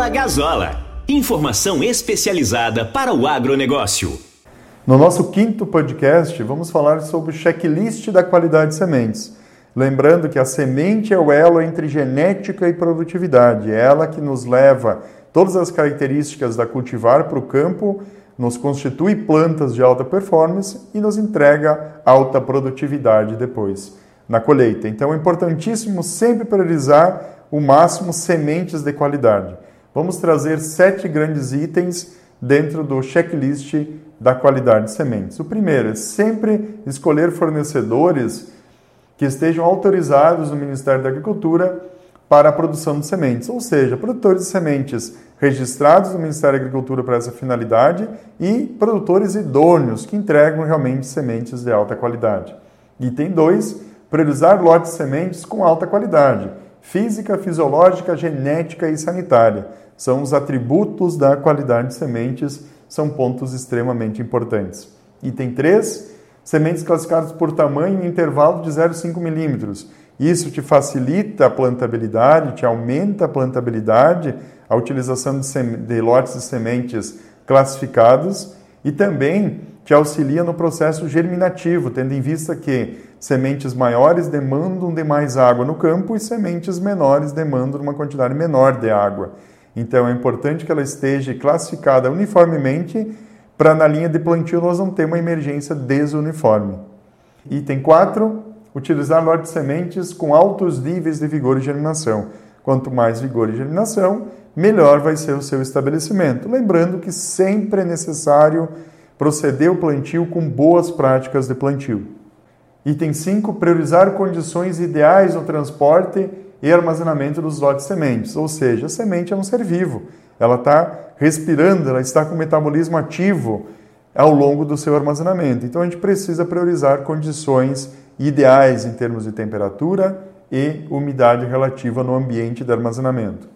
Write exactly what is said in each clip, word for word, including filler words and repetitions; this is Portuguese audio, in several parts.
Fala Gasola. Informação especializada para o agronegócio. No nosso quinto podcast, vamos falar sobre o checklist da qualidade de sementes. Lembrando que a semente é o elo entre genética e produtividade. É ela que nos leva todas as características da cultivar para o campo, nos constitui plantas de alta performance e nos entrega alta produtividade depois, na colheita. Então é importantíssimo sempre priorizar o máximo sementes de qualidade. Vamos trazer sete grandes itens dentro do checklist da qualidade de sementes. O primeiro é sempre escolher fornecedores que estejam autorizados no Ministério da Agricultura para a produção de sementes, ou seja, produtores de sementes registrados no Ministério da Agricultura para essa finalidade e produtores idôneos que entregam realmente sementes de alta qualidade. Item dois, priorizar lotes de sementes com alta qualidade, física, fisiológica, genética e sanitária. São os atributos da qualidade de sementes, são pontos extremamente importantes. Item três, sementes classificadas por tamanho em intervalo de zero vírgula cinco milímetros. Isso te facilita a plantabilidade, te aumenta a plantabilidade, a utilização de, sem... de lotes de sementes classificados e também te auxilia no processo germinativo, tendo em vista que sementes maiores demandam de mais água no campo e sementes menores demandam uma quantidade menor de água. Então é importante que ela esteja classificada uniformemente para na linha de plantio nós não ter uma emergência desuniforme. Item quatro, utilizar lote de sementes com altos níveis de vigor e germinação. Quanto mais vigor e germinação, melhor vai ser o seu estabelecimento. Lembrando que sempre é necessário proceder o plantio com boas práticas de plantio. Item cinco, priorizar condições ideais no transporte e armazenamento dos lotes de sementes, ou seja, a semente é um ser vivo, ela está respirando, ela está com metabolismo ativo ao longo do seu armazenamento. Então a gente precisa priorizar condições ideais em termos de temperatura e umidade relativa no ambiente de armazenamento.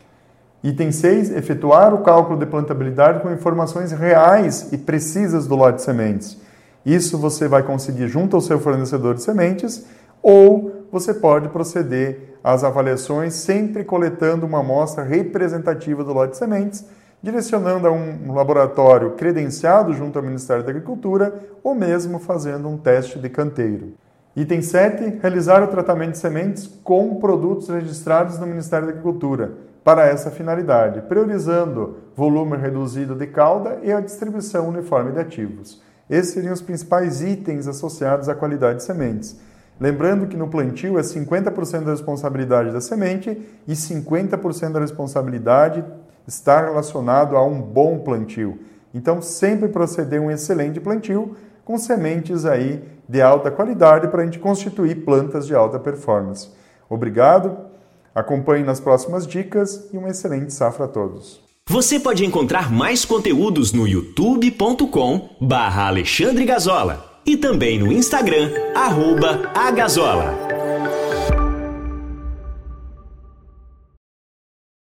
Item seis, efetuar o cálculo de plantabilidade com informações reais e precisas do lote de sementes. Isso você vai conseguir junto ao seu fornecedor de sementes ou você pode proceder às avaliações sempre coletando uma amostra representativa do lote de sementes, direcionando a um laboratório credenciado junto ao Ministério da Agricultura ou mesmo fazendo um teste de canteiro. Item sete, realizar o tratamento de sementes com produtos registrados no Ministério da Agricultura para essa finalidade, priorizando volume reduzido de calda e a distribuição uniforme de ativos. Esses seriam os principais itens associados à qualidade de sementes. Lembrando que no plantio é cinquenta por cento da responsabilidade da semente e cinquenta por cento da responsabilidade está relacionado a um bom plantio. Então, sempre proceder um excelente plantio com sementes aí de alta qualidade para a gente constituir plantas de alta performance. Obrigado, acompanhe nas próximas dicas e uma excelente safra a todos. Você pode encontrar mais conteúdos no youtube ponto com barra Alexandre Gasola e também no Instagram, arroba Agasola.